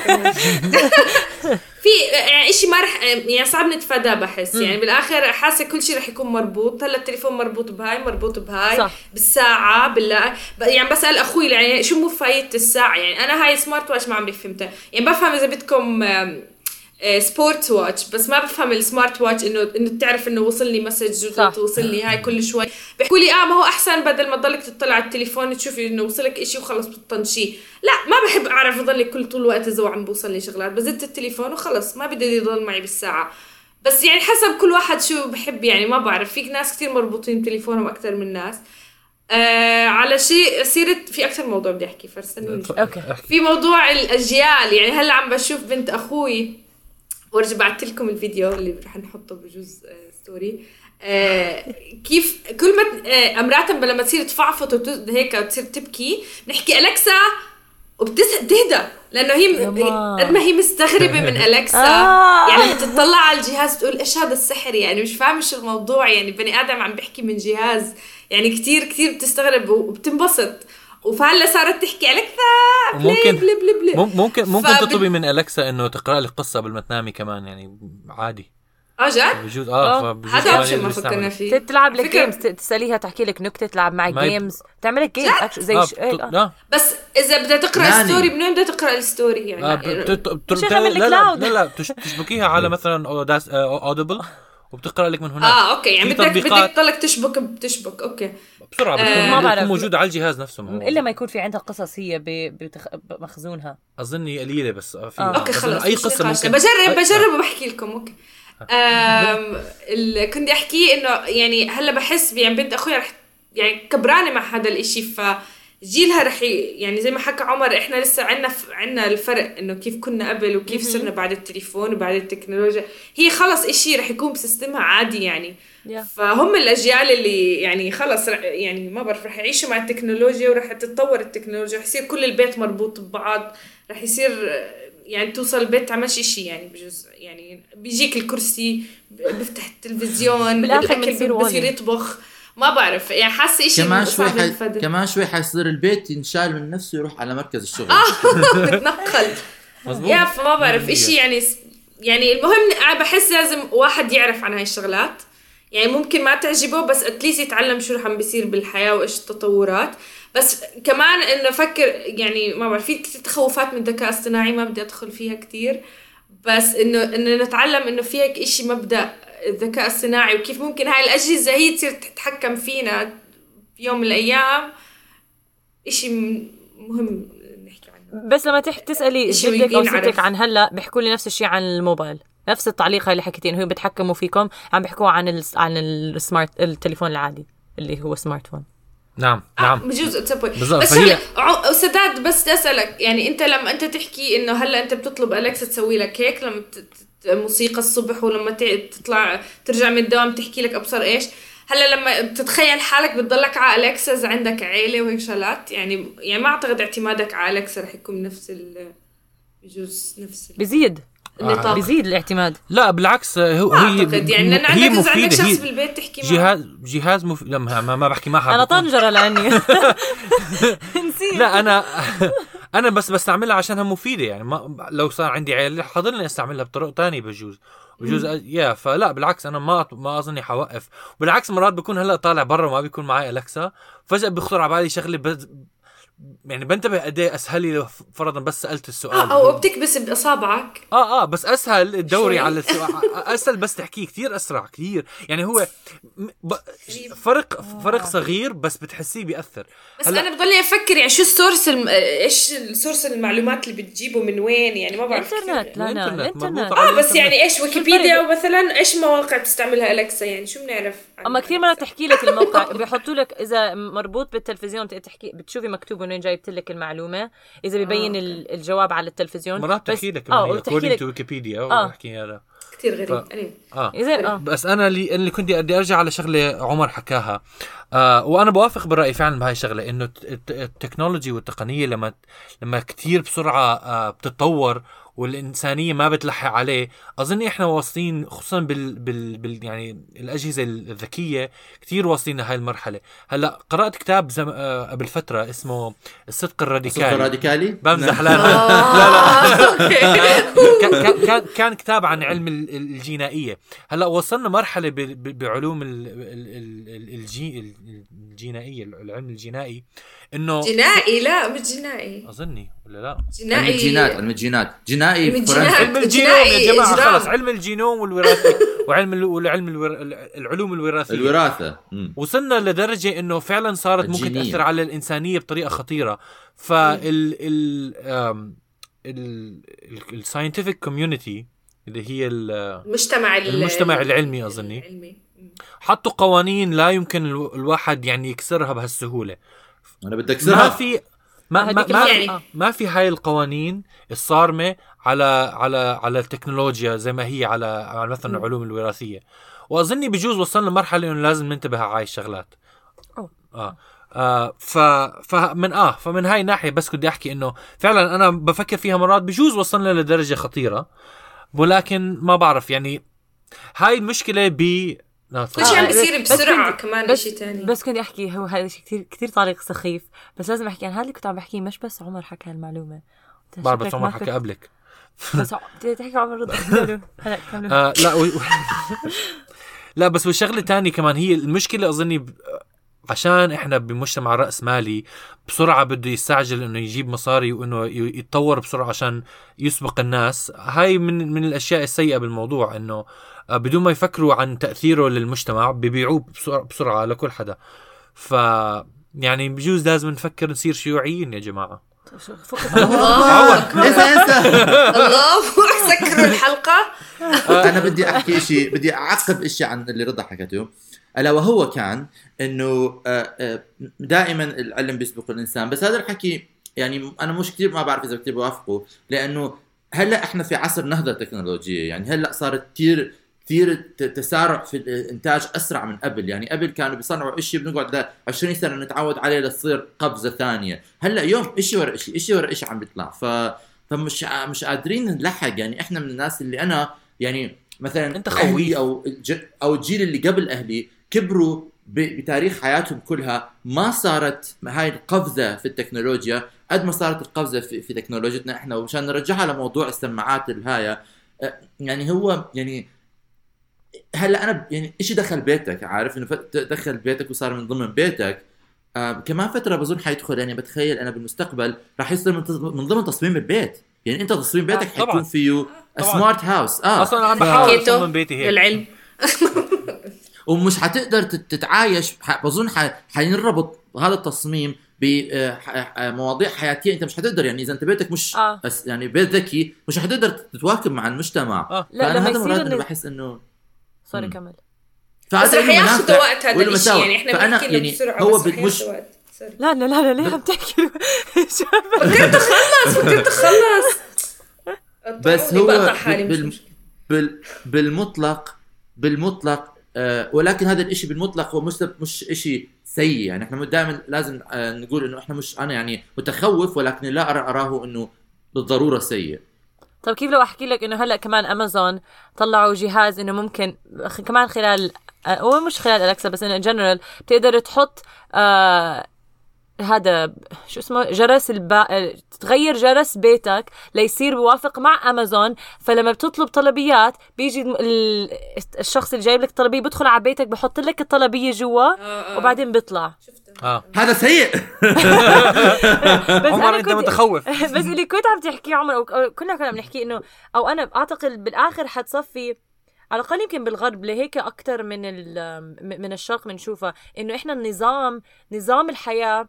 في يعني إشي ما رح يعني صعب نتفادى بحس. يعني بالآخر حاسة كل شيء رح يكون مربوط. هلا التليفون مربوط بهاي صح. بالساعة يعني بسأل أخوي يعني شو مو فايدة الساعة. يعني أنا هاي سمارت واتش ما عمري فهمتها. يعني بفهم إذا بدكم سبورت واتش، بس ما بفهم السمارت واتش انه تعرف انه وصل لي مسج وتوصل لي هاي كل شوي. بيحكوا لي ما هو احسن بدل ما تضلك تطلع على التليفون تشوفي انه وصلك اشي وخلص بتطنشيه. لا ما بحب اعرف اضلك طول الوقت اذا عم بوصل لي شغلات، بزت التليفون وخلص ما بدي يضل معي بالساعه. بس يعني حسب كل واحد شو بحب. يعني ما بعرف، في ناس كتير مربوطين بتليفونهم اكثر من ناس. على شيء سيرة في أكثر موضوع بدي أحكي فرسني. في موضوع الأجيال. يعني هلا عم بشوف بنت أخوي، ورجع بعت لكم الفيديو اللي رح نحطه بجوز ستوري. كيف كل ما امراتهم لما تصير تفعفط هيك تصير تبكي بنحكي أليكسا وبتهدى، لانه هي قد ما هي مستغربه من أليكسا. يعني بتطلع على الجهاز تقول ايش هذا السحر، يعني مش فاهمه شو الموضوع. يعني بني ادم عم بيحكي من جهاز، يعني كتير كتير بتستغرب وبتنبسط. وفهلا صارت تحكي أليكسا ممكن تطلبي من أليكسا انه تقرأ لك قصة قبل ما تنامي كمان، يعني عادي. جد؟ بجوز هذا اوبشن ما فكرنا فيه. تلعب لك جيمز، تساليها تحكي لك نكته، تلعب معك جيمز، تعمل لك جيم زي بس اذا بدها تقرا ستوري من وين بدها تقرا الستوري؟ يعني لا تشبكيها على مثلا اودبل وبتقرا لك من هناك. اوكي، يعني بدك تضلك تشبك اوكي بسرعه بتكون موجوده على الجهاز نفسه. الا ما يكون في عندها قصص هي بمخزونها، اظني قليله بس في اوكي خلص اي قصه ممكن بجرب وبحكي لكم. اوكي كنت احكي انه يعني هلا بحس يعني بنت اخويا رح يعني كبرانه مع هذا الاشي، فجيلها رح يعني زي ما حكى عمر احنا لسه عنا الفرق انه كيف كنا قبل وكيف صرنا بعد التليفون وبعد التكنولوجيا. هي خلص اشي رح يكون بسيستمها عادي يعني. فهم الاجيال اللي يعني خلص يعني ما بعرف رح يعيشوا مع التكنولوجيا ورح تتطور التكنولوجيا، رح يصير كل البيت مربوط ببعض، رح يصير يعني توصل البيت تعمل شيء يعني بجوز يعني بيجيك الكرسي بفتح التلفزيون الأكل بصير يطبخ. ما بعرف يعني حاسة إشي كمان شوي حيصير البيت ينشال من نفسه يروح على مركز الشغل بتنقل يا فما بعرف إشي يعني المهم بحس لازم واحد يعرف عن هاي الشغلات. يعني ممكن ما تعجبه بس اتليست يتعلم شو رح عم بيصير بالحياة وإيش التطورات. بس كمان إنه فكر يعني ما بعرف في تخوفات من الذكاء الاصطناعي ما بدي أدخل فيها كتير. بس انه نتعلم انه في هيك اشي مبدأ الذكاء الصناعي، وكيف ممكن هاي الأجهزة هي تصير تتحكم فينا في يوم من الأيام. اشي مهم نحكي عنه. بس لما تسألي جدك أو ستك عن هلا بيحكوا لي نفس الشيء عن الموبايل، نفس التعليق اللي حكيتين، هو بيتحكموا فيكم، عم بيحكوا عن السمارت التليفون العادي اللي هو سمارت فون. نعم بجوز بس سداد، بس أسألك يعني انت لما انت تحكي انه هلا انت بتطلب أليكسا تسوي لك هيك لما موسيقى الصبح، ولما تطلع ترجع من الدوام تحكي لك ابصر ايش، هلا لما بتتخيل حالك بتضلك على أليكسا عندك عيلة وهيك شغلات، يعني ما اعتقد اعتمادك على أليكسا رح يكون نفس بجوز نفس بيزيد الاعتماد. لا بالعكس، هي يعني لأن عندك شخص بالبيت تحكي معه، جهاز ما بحكي معها، انا طنجرة لاني نسيت. لا انا بس بستعملها عشانها مفيده، يعني ما لو صار عندي عيال حاضرني استعملها بطرق تانية بجوز فلا بالعكس انا ما اظني حوقف. بالعكس مرات بكون هلا طالع برا وما بيكون معي أليكسا، فجأة بيخطر على بالي شغله يعني بنتبه قد ايه اسهل لي فرضا بس سالت السؤال او بتكبس باصابعك بس اسهل الدوري على السؤال اسهل، بس تحكيه كتير اسرع كتير، يعني هو فرق صغير بس بتحسيه بيأثر. بس انا بضلني افكر يعني شو السورس ايش السورس المعلومات اللي بتجيبه من وين، يعني ما بعرف. الانترنت بس يعني ايش ويكيبيديا مثلا، ايش مواقع تستعملها أليكسا، يعني شو بنعرف. اما كثير مرات تحكي لك الموقع بيحطوا لك اذا مربوط بالتلفزيون تحكي بتشوفي مكتوب انه جايبت لك المعلومه، اذا بيبين الجواب على التلفزيون مرات تحكي لك according to ويكيبيديا وبحكي هذا كتير غريب. بس انا اللي كنت بدي ارجع على شغله عمر حكاها، وانا بوافق بالراي فعلا بهاي الشغله، انه التكنولوجي والتقنيه لما كتير بسرعه بتتطور والإنسانية ما بتلحق عليه، أظن إحنا واصلين خصوصا بال يعني الأجهزة الذكية كتير واصلين لهاي المرحلة. هلا قرأت كتاب قبل فترة اسمه الصدق الراديكالي. بمزح. لا كان كتاب عن علم الجينائية. هلا وصلنا مرحلة بعلوم الجينائية، العلم الجينائي، إنه جينائي لا مش جينائي أظني ولا لا علم الجينات جينائي علم الجينوم يا جماعة، خلص علم الجينوم والوراثة العلوم الوراثة وصلنا لدرجة إنه فعلا صارت ممكن تأثر على الإنسانية بطريقة خطيرة. الساينتفك كوميونيتي اللي هي المجتمع العلمي أظني حطوا قوانين لا يمكن الواحد يعني يكسرها بهالسهولة. أنا بدي أكسرها. ما في هاي القوانين الصارمة على التكنولوجيا زي ما هي على مثلا العلوم الوراثية. وأظني بجوز وصلنا مرحلة إنه لازم ننتبه على هاي الشغلات. فمن هاي الناحية بس كنت أحكي إنه فعلا أنا بفكر فيها مرات بجوز وصلنا لدرجة خطيرة، ولكن ما بعرف يعني هاي المشكلة كل شيء عم بيصير بسرعة كمان. شيء تاني بس كنت أحكي هو هذا شيء كتير طريق سخيف، بس لازم أحكي عن هذا اللي كنت عم بحكيه، مش بس عمر حكى المعلومة، بعرف عمر حكى قبلك بس تحكي عمر رضا. لا بس والشغلة تاني كمان هي المشكلة أظني عشان إحنا بمجتمع رأس مالي بسرعة بده يستعجل إنه يجيب مصاري وإنه يتطور بسرعة عشان يسبق الناس. هاي من الأشياء السيئة بالموضوع، إنه بدون ما يفكروا عن تأثيره للمجتمع بيبيعوه بسرعة لكل حدا. يعني بجوز لازم نفكر نصير شيوعيين يا جماعة. الله سكروا الحلقة. أنا بدي أحكي إشي، بدي أعقب إشي عن اللي رضا حكته، ألا وهو كان إنه دائما العلم بيسبق الإنسان. بس هذا الحكي يعني أنا مش كتير ما بعرف إذا كتير بوافقه، لأنه هلأ إحنا في عصر نهضة تكنولوجية، يعني هلأ صارت كتير تسارع في الإنتاج أسرع من قبل. يعني قبل كانوا بيصنعوا إشي بنقعد 20 سنة نتعود عليه لتصير قفزة ثانية. هلأ يوم إشي ورا إشي عم بيطلع، فمش قادرين نلحق. يعني إحنا من الناس اللي أنا يعني مثلا أنت خوي أو الجيل اللي قبل أهلي كبروا بتاريخ حياتهم كلها ما صارت هاي القفزة في التكنولوجيا قد ما صارت القفزة في تكنولوجيتنا إحنا. ومشان نرجعها لموضوع السماعات الهاية، يعني هو يعني هلا أنا يعني إيش دخل بيتك، عارف إنه دخل بيتك وصار من ضمن بيتك. كمان فترة بظن حيدخل، يعني بتخيل أنا بالمستقبل راح يصير من ضمن تصميم البيت. يعني انت تصميم بيتك حيكون فيه سمارت هاوس. اصلا عم بحاول اصمم بيتي هيك للعلم. ومش حتقدر تتعايش. بظن حينربط هذا التصميم بمواضيع حياتيه انت مش حتقدر، يعني اذا انت بيتك مش يعني بيت ذكي مش حتقدر تتواكب مع المجتمع. لا هذا مرات انا بحس انه صار كمل. بس رح ياخذ وقت هذا الشيء، يعني احنا بنحكي له يعني بسرعه هو بس مش وقت. لا ليه عم تحكي؟ فكرت اخلص بس هو بالمطلق ولكن هذا الاشي بالمطلق هو مش اشي سيء. يعني احنا دائما لازم نقول انه احنا مش، انا يعني متخوف ولكن لا اراه انه بالضرورة سيء. طب كيف لو احكي لك انه هلا كمان امازون طلعوا جهاز انه ممكن كمان خلال هو مش خلال أليكسا بس انه جنرال بتقدر تحط هذا شو اسمه جرس تغير جرس بيتك ليصير بوافق مع أمازون. فلما بتطلب طلبيات بيجي الشخص اللي جايب لك طلبية بدخل على بيتك بحط لك الطلبية جوا وبعدين بيطلع. هذا سيء. بس عمر انت متخوف. بس اللي كنت عم تحكي عمر كنا عم نحكي انه او انا اعتقد بالاخر حتصفي على الأقل يمكن بالغرب لهيك أكتر من الشرق بنشوفها إنه إحنا نظام الحياة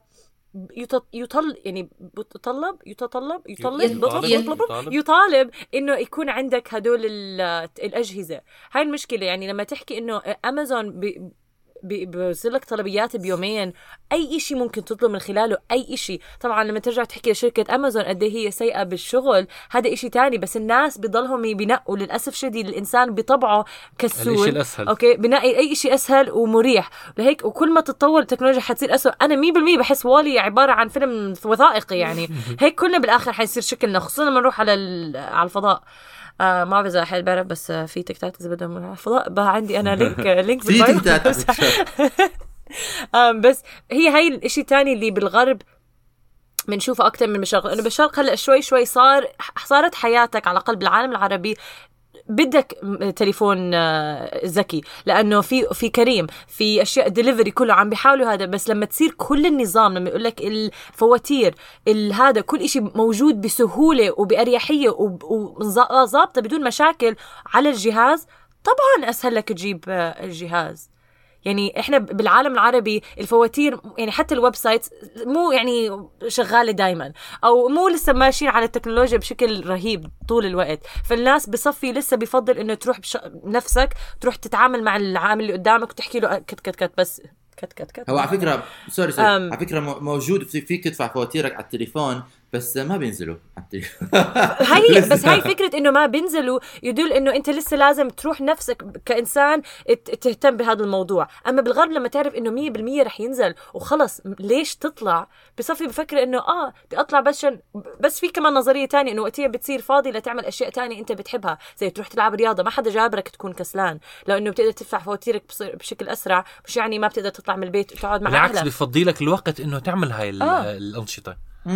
يطالب إنه يكون عندك هدول الأجهزة. هاي المشكلة. يعني لما تحكي إنه أمازون بيوصل لك طلبيات بيومين، اي إشي ممكن تطلب من خلاله اي إشي. طبعا لما ترجع تحكي لشركة امازون قد هي سيئة بالشغل هذا إشي تاني، بس الناس بيضلهم بينقوا للاسف شديد. الانسان بطبعه كسول، الإشي الاسهل. اوكي بنقي اي إشي اسهل ومريح. لهيك وكل ما تتطور التكنولوجيا حتصير اسوء. انا 100% بحس والي عبارة عن فيلم وثائقي يعني. هيك كلنا بالاخر حيصير شكلنا، خصوصا لما نروح على الفضاء. ما بعرف اذا حد بعرف بس في تكتات اذا بدهم الفضاء بقى عندي انا لينك في تكتات. بس هاي الاشي تاني اللي بالغرب بنشوفه اكتر من بالشرق. لانه بالشرق هلا شوي صارت حياتك على الاقل بالعالم العربي بدك تليفون ذكي، لانه في كريم، في اشياء ديليفري كله عم بيحاولوا هذا. بس لما تصير كل النظام لما يقول لك الفواتير هذا كل إشي موجود بسهوله وباريحيه وظابطه بدون مشاكل على الجهاز، طبعا اسهل لك تجيب الجهاز. يعني احنا بالعالم العربي الفواتير يعني حتى الويب سايت مو يعني شغاله دايما، او مو لسه ماشيين على التكنولوجيا بشكل رهيب طول الوقت. فالناس بصفي لسه بيفضل انه تروح نفسك تروح تتعامل مع العامل اللي قدامك وتحكي له كت بس كت. هو على فكره سوري على فكره موجود فيك تدفع فواتيرك على التليفون بس ما بينزلوا على التليفون. هاي فكرة انه ما بينزلوا يدل انه انت لسه لازم تروح نفسك كإنسان تهتم بهذا الموضوع. اما بالغرب لما تعرف انه 100% رح ينزل وخلص ليش تطلع بصفي بفكر انه بدي اطلع بس في كمان نظرية تانية انه وقتها بتصير فاضي لتعمل اشياء تانية انت بتحبها، زي تروح تلعب رياضة. ما حدا جابرك تكون كسلان، لانه بتقدر تدفع فواتيرك بشكل اسرع، مش يعني ما بتقدر تطلع من البيت وتقعد مع اهلك. بالعكس بفضيلك الوقت انه تعمل هاي الانشطة.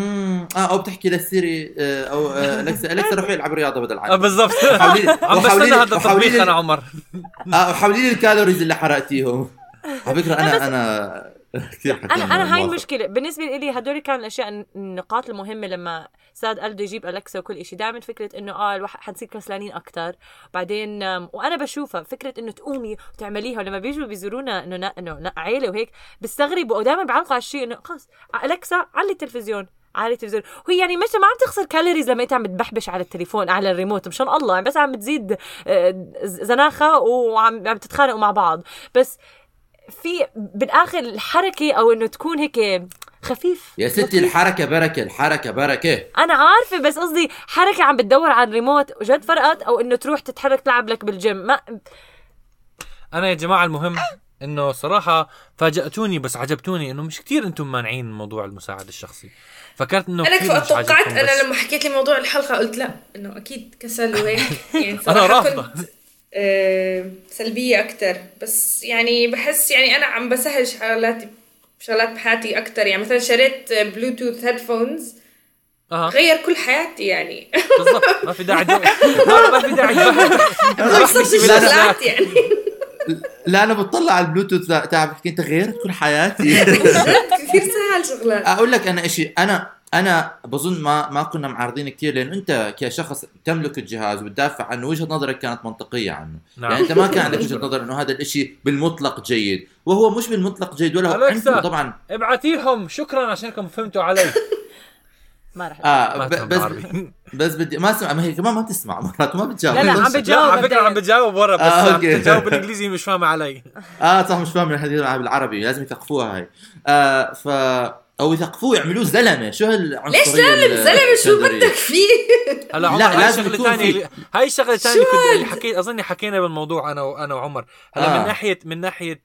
او بتحكي للسيري او أليكسا روحي العب رياضه بدل عادي. بالضبط. عم بستنى هذا التطبيق انا عمر. وحاولي لي الكالوريز اللي حرقتيهم. على فكره انا كثير انا هاي المشكله بالنسبه لي. هدول كان الاشياء النقاط المهمه لما ساد قال بده يجيب أليكسا وكل شيء. دائما فكره انه الواحد حنصير كسلانين اكثر بعدين. وانا بشوفها فكره انه تقومي وتعمليها. ولما بيجوا بيزورونا انه عيله وهيك بيستغربوا ودائما بيعلقوا على الشيء انه خلص أليكسا علي التلفزيون. هي يعني مش ما عم تخسر كالوريز لما انت عم بتبحبش على التليفون على الريموت مشان الله، بس عم بتزيد زناخه وعم تتخانقوا مع بعض. بس في بالاخر الحركه او انه تكون هيك خفيف يا ستي. الحركه بركه. انا عارفه بس قصدي حركه عم بتدور على الريموت وجد فرقت، او انه تروح تتحرك تلعب لك بالجيم. ما انا يا جماعه المهم انه صراحه فاجأتوني بس عجبتوني انه مش كتير انتم مانعين موضوع المساعد الشخصي. فكرت انه انا توقعت انا لما حكيت لي موضوع الحلقه قلت لا انه اكيد كسل وهيك يعني انا رافضه سلبيه اكتر. بس يعني بحس يعني انا عم بسهل شغلات بحياتي اكتر. يعني مثلا شريت بلوتوث هيدفونز غير كل حياتي يعني. بالضبط ما في داعي ما في داعي يعني. لا انا بتطلع على البلوتوث تاع بحكي انت غيرت كل حياتي. كثير سهل شغلات. اقول لك انا اشي، انا انا بظن ما كنا معارضين كتير، لان انت كشخص تملك الجهاز وتدافع عنه وجهة نظرك كانت منطقية عنه. نعم. يعني انت ما كان عندك وجهة نظر انه هذا الاشي بالمطلق جيد، وهو مش بالمطلق جيد ولا أليكسا طبعا ابعتيهم شكرا عشانكم فهمتوا علي. ما رح بس بدي ما اسمع، ما هي كمان ما تسمع مرات ما بتجاوب. لا عم بتجاوب على فكرة عم بتجاوب ورا بس بتجاوب بالانجليزي مش فاهمة علي. صح مش فاهم الحديث بالعربي لازم يثقفوها هاي. او يثقفوه يعملوه زلمه. شو هالعنصريه؟ ليش زلمه شو بدك فيه؟ هلا عمر هاي شغله ثانيه، هاي شغله ثانيه اللي حكيت اظني حكينا بالموضوع انا وعمر. هلا من ناحيه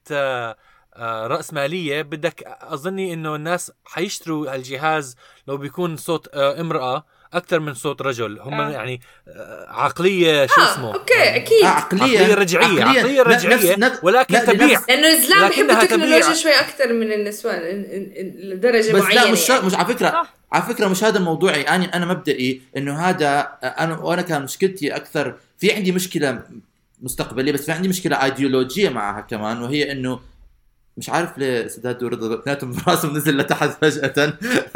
رأس مالية بدك أظني إنه الناس حيشتروا الجهاز لو بيكون صوت امرأة أكثر من صوت رجل. هم يعني عقلية شو اسمه أوكي أكيد عقلية رجعية ولكن تبيع، لأنه الإسلام بيحب التكنولوجيا شوي أكثر من النسوان لدرجة معينة. بس لا مش على فكرة مش هذا موضوعي. أنا مبدئي إنه هذا وأنا كان مشكلتي أكثر في عندي مشكلة مستقبلية، بس في عندي مشكلة أيديولوجية معها كمان، وهي إنه مش عارف ليه سداد ورضا اثنيناتهم براسهم نزل لتحت فجأة.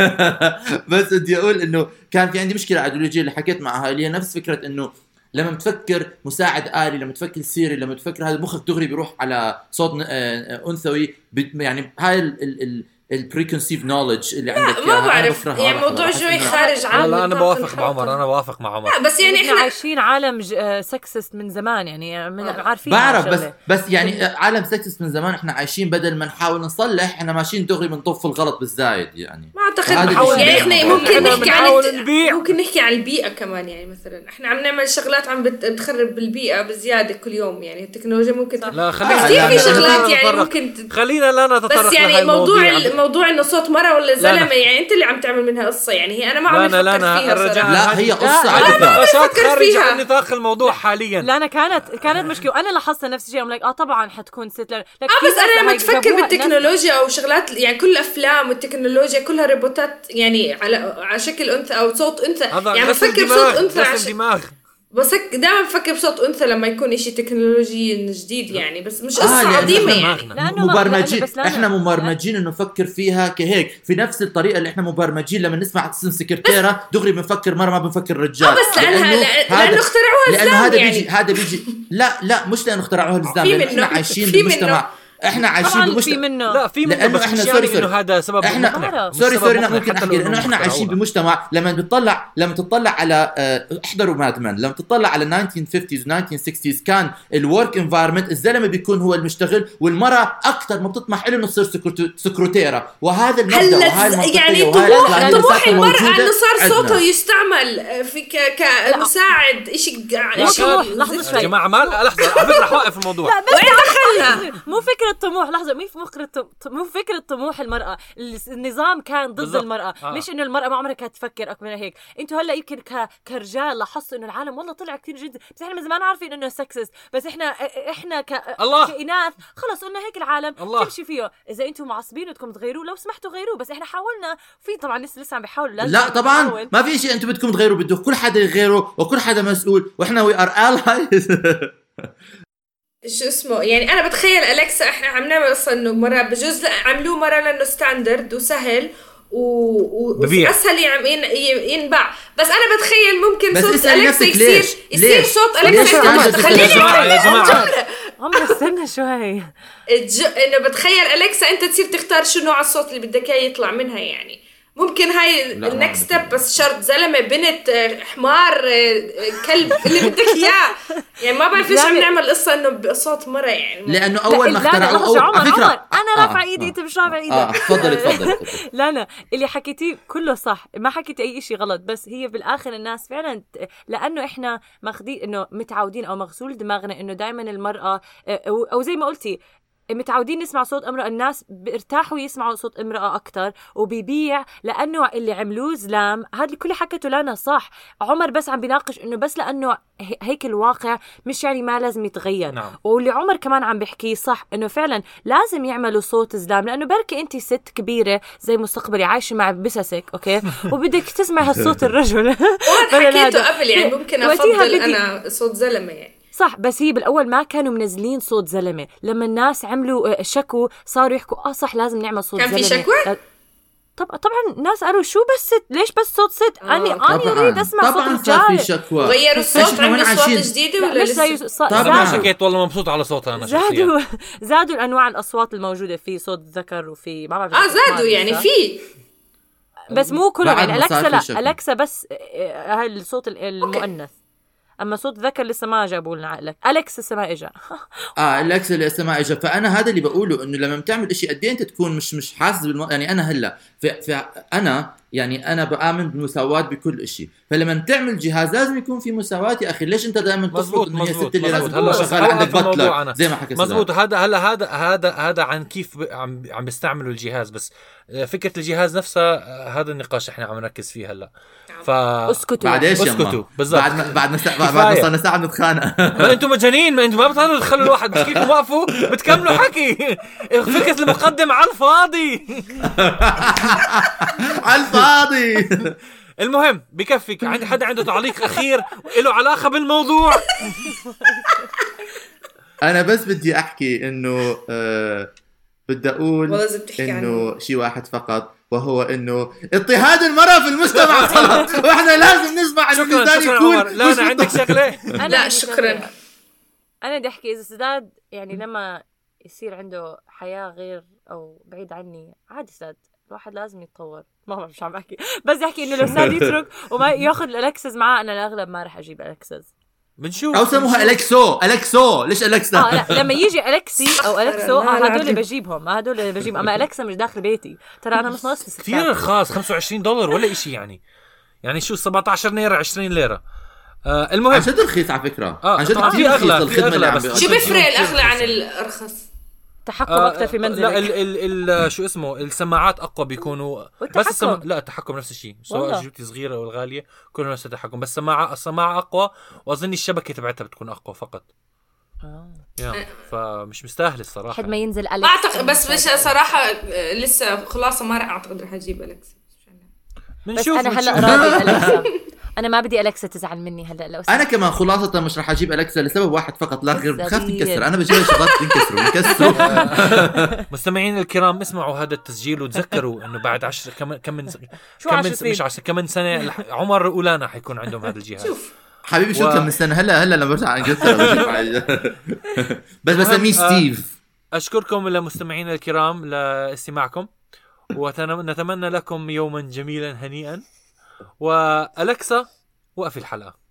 بس بدي أقول إنه كان في عندي مشكلة أيديولوجية اللي حكيت معها، اللي هي نفس فكرة إنه لما تفكر مساعد آلي، لما تفكر سيري، لما تفكر هذا مخك دغري بيروح على صوت أنثوي. يعني هاي البريكونسيف نوليدج اللي عندك. ما بعرف يعني موضوع شوي خارج عن. لا انا بوافق مع عمر، انا بوافق مع عمر. بس يعني احنا عايشين عالم سكسست من زمان، يعني عارفين. بعرف بس يعني عالم سكسست من زمان احنا عايشين، بدل ما نحاول نصلح احنا ماشيين دغري بنطف الغلط بالزايد. يعني ما اعتقد يعني احنا ممكن نحكي عن البيئة كمان. يعني مثلا احنا عم نعمل شغلات عم بتخرب البيئة بزيادة كل يوم. يعني التكنولوجيا ممكن لا كثير في شغلات يعني ممكن خلينا لا نتطرق. بس يعني موضوع انه صوت مرة ولا زلمة يعني انت اللي عم تعمل منها قصة. يعني هي انا ما عم بفكر فيها صراحة. لا هي قصة على فكرة خارج عن نطاق الموضوع حاليا. لا انا كانت مشكلة، وانا لاحظت نفس الشيء. لايك طبعا حتكون ست بس انا لما تفكر بالتكنولوجيا او شغلات، يعني كل الافلام والتكنولوجيا كلها روبوتات يعني على شكل انثى او صوت انثى. يعني بفكر بصوت انثى بس دائما بفكر بصوت انثى لما يكون إشي تكنولوجي جديد. يعني بس مش قصة عظيمة يعني مبرمجين. احنا مبرمجين انه نفكر فيها كهيك في نفس الطريقة اللي احنا مبرمجين لما نسمع اسم سكرتيرة دغري بنفكر مرة ما بنفكر رجال. بس لانه اخترعوها الإسلام. لانه هذا بيجي لا مش لانه اخترعوها الإسلام، لأن احنا عايشين بمجتمع احنا عايشين بمجتمع. لا في منه لانه احنا سوري هذا سبب احنا سوري ممكن احكي لانه احنا عايشين بمجتمع لما تطلع على احضروا مادمان، لما تطلع على 1950s و1960s كان الورك انفايرمنت الزلمه بيكون هو المشتغل والمراه اكثر ما بتطمح له انه تصير سكرتيره. وهذا المبدا وهي المنطقيه يعني طموح المراه انه صار صوته يستعمل في كمساعد شيء. لحظه شوي يا جماعه ما لحظه على فكره رح اوقف الموضوع. وين دخلنا؟ مو فكرة طموح، لحظة مو فكرة طموح المرأة. النظام كان ضد المرأة. مش إنه المرأة ما عمرها كانت تفكر أكثر من هيك. أنتوا هلا يمكن كرجال لاحظتوا إنه العالم والله طلع كتير جدا، بس إحنا من زمان عارفين إنه سكسست. بس إحنا كإناث خلص قلنا هيك العالم تمشي فيه. إذا أنتوا معصبين بدكم تغيروه لو سمحتوا غيروه. بس إحنا حاولنا في طبعا لسه عم بيحاولوا. لا طبعا ما في شيء أنتوا بدكم تغيروا، بده كل حدا يغيره وكل حدا مسؤول وإحنا we are allies. شو اسمه يعني انا بتخيل أليكسا احنا عم نعمل اصلا انه مره بجوز عملوه مره لانه ستاندرد وسهل واسهل ينباع. بس انا بتخيل ممكن صوت أليكسا يصير صوت أليكسا. خليني يا جماعه عمر استنى شوي. انه بتخيل أليكسا انت تصير تختار شو نوع الصوت اللي بدك اياه يطلع منها. يعني ممكن هاي النكست ستيب. بس شرط زلمه بنت حمار كلب اللي بدك اياه. يعني ما بعرف ليش عم نعمل قصه انه بصوت مره. يعني لانه اول ما اخترعوه على فكره انا رافعه ايدي انت مش رافعه ايدك. تفضل. لا اللي حكيتيه كله صح، ما حكيت اي شيء غلط. بس هي بالاخر الناس فعلا لانه احنا ماخذين انه متعودين او مغسول دماغنا انه دائما المراه او زي ما قلتي متعودين نسمع صوت امرأة. الناس بيرتاحوا يسمعوا صوت امرأة أكتر وبيبيع لأنه اللي عملوه زلام. هذا اللي كل حكته لنا صح. عمر بس عم بيناقش إنه بس لأنه هيك الواقع مش يعني ما لازم يتغير. نعم. واللي عمر كمان عم بيحكيه صح إنه فعلا لازم يعملوا صوت زلام لأنه بركي أنت ست كبيرة زي مستقبلي عايشة مع بسسك أوكي وبدك تسمع هالصوت الرجل. حكيته قبل يعني ممكن أفضل أنا صوت زلمة يعني صح. بس هي بالأول ما كانوا منزلين صوت زلمة. لما الناس عملوا شكو صاروا يحكوا صح لازم نعمل صوت كان زلمة. في شكوى؟ طبعا ناس قالوا شو بس ليش بس صوت ست؟ أنا أريد أسمع صوت طبعا صار في شكوى. غيروا الصوت، عندنا أصوات جديدة ولا لسه؟ طبعا حكيت والله مبسوط على صوتها أنا شخصيا. زادوا الأنواع الأصوات الموجودة، في صوت ذكر وفي ما بعرف زادوا يعني في، بس مو كلهم يعني. ألكسا لا، ألكسا بس الصوت المؤنث، اما صوت ذكر لسه ما جابوا لنا عقلك. أليكس لسه ما اجى. أليكسا لسه ما اجى. فانا هذا اللي بقوله، انه لما بتعمل إشي قد ايه انت تكون مش حاسس يعني انا هلا انا بآمن بالمساواة بكل إشي، فلما تعمل جهاز لازم يكون في مساواة يا اخي. ليش انت دائما تفرض انه هي ست اللي لازم تكون شغال عندك بطلة زي ما حكيت؟ مزبوط. هذا عن كيف عم بيستعملوا الجهاز، بس فكرة الجهاز نفسها هذا النقاش احنا عم نركز فيه هلا. اسكتوا بالضبط. بعد صرنا ساعة نتخانق. انتم مجانين، ما انتم ما بتقدروا تخلوا الواحد بحكيكم وقفوا بتكملوا حكي. فكرة المقدم على الفاضي. على الفاضي. المهم بكفيك. عندي حدا عنده تعليق اخير له علاقة بالموضوع؟ انا بس بدي احكي انه بدي اقول انه شيء واحد فقط، وهو انه اضطهاد المرأة في المجتمع غلط، واحنا لازم نسمع انه الانسان يكون. لا انا عندك شغله. لا شكرا. انا بدي احكي اذا سداد يعني لما يصير عنده حياة غير او بعيد عني عادي، سداد الواحد لازم يتطور. ما بعرف شو عم بحكي، بس احكي انه لو سداد يترك وما ياخذ الالكسز معاه، انا الاغلب ما راح اجيب الكسز. بنشوف. او سموها الكسو. ليش الكسا؟ لا لما يجي الكسي او الكسو هدول اللي بجيبهم، اما الكسا مش داخل بيتي ترى. انا مش ناقص كثير رخاص، $25 ولا إشي يعني شو 17 ليرة 20 ليرة. المهم عن جد رخيص على فكرة. عن جد كثير اغلى الخدمة اللي عم شو بيفرق الاغلى عن الارخص؟ تحكم اكثر في منزلك. لا شو اسمه، السماعات اقوى بيكونوا، بس لا التحكم نفس الشيء، سواء جبتي صغيره او الغاليه كلهم نفس التحكم، بس السماعه اقوى، واظن الشبكه تبعتها بتكون اقوى فقط. فمش مستاهل الصراحه. حد ما ينزل اعتقد، بس مش صراحه لسه خلاصه ما راح اعتقد رح اجيب الكسا. بس انا هلا راضي الكسا. انا ما بدي أليكسا تزعل مني هلا. لو انا كمان خلاصة مش راح اجيب أليكسا لسبب واحد فقط لا غير، بخاف تنكسر. انا بجيب شغلات تنكسر. مستمعين الكرام، اسمعوا هذا التسجيل وتذكروا انه بعد 10 كم سنه عمر ولانا حيكون عندهم هذا الجهاز. شوف حبيبي شو كم سنه هلا لما برجع انجلترا بس بسميه ستيف. اشكركم لمستمعين الكرام لاستماعكم، ونتمنى لكم يوما جميلا هنيئا. وأليكسا وقفي الحلقة.